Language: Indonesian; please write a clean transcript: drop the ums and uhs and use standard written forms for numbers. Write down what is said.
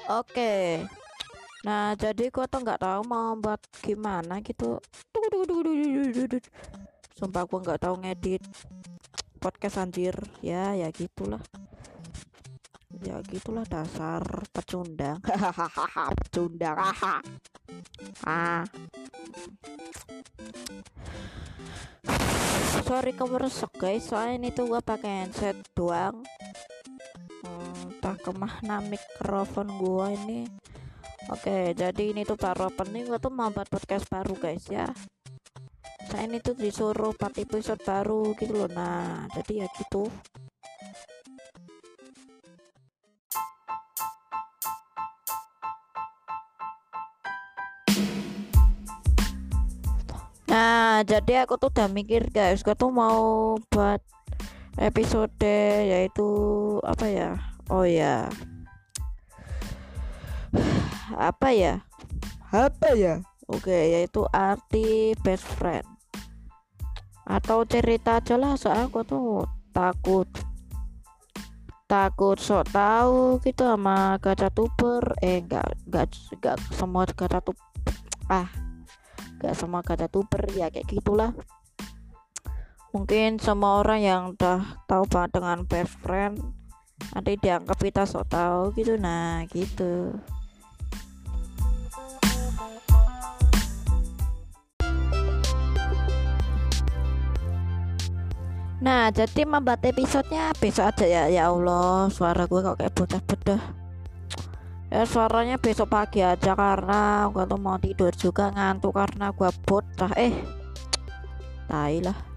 Oke. Nah, jadi gua tuh nggak tahu mau buat gimana gitu. Sumpah gua nggak tahu ngedit podcast anjir. Ya gitulah. Ya gitulah dasar pecundang. Hahaha, pecundang. Ah, sorry kemeresek guys. Soalnya ini tuh gua pakai headset doang. Entah kemana mikrofon gua ini. Oke, jadi ini tuh baru opening. Gua tuh mau buat podcast baru guys ya. Saya ini tuh disuruh 4 episode baru gitu loh. Nah, jadi ya gitu. Nah, jadi aku tuh udah mikir guys, aku tuh mau buat episode yaitu apa ya? Oh ya, apa ya? Apa ya? Oke, yaitu arti best friend. Atau cerita aja lah, soalnya aku tuh takut takut sok tahu gitu sama gacha tuber. Enggak semua gacha tuber. Enggak semua gacha tuber ya kayak gitulah. Mungkin semua orang yang udah tahu banget dengan best friend nanti dianggap kita sok tahu gitu. Nah gitu. Nah, jadi membuat episodenya besok aja ya. Ya Allah, suara gue kok kayak bocah bedah. Ya suaranya besok pagi aja karena gue tuh mau tidur juga, ngantuk karena gue bocah. Tai lah.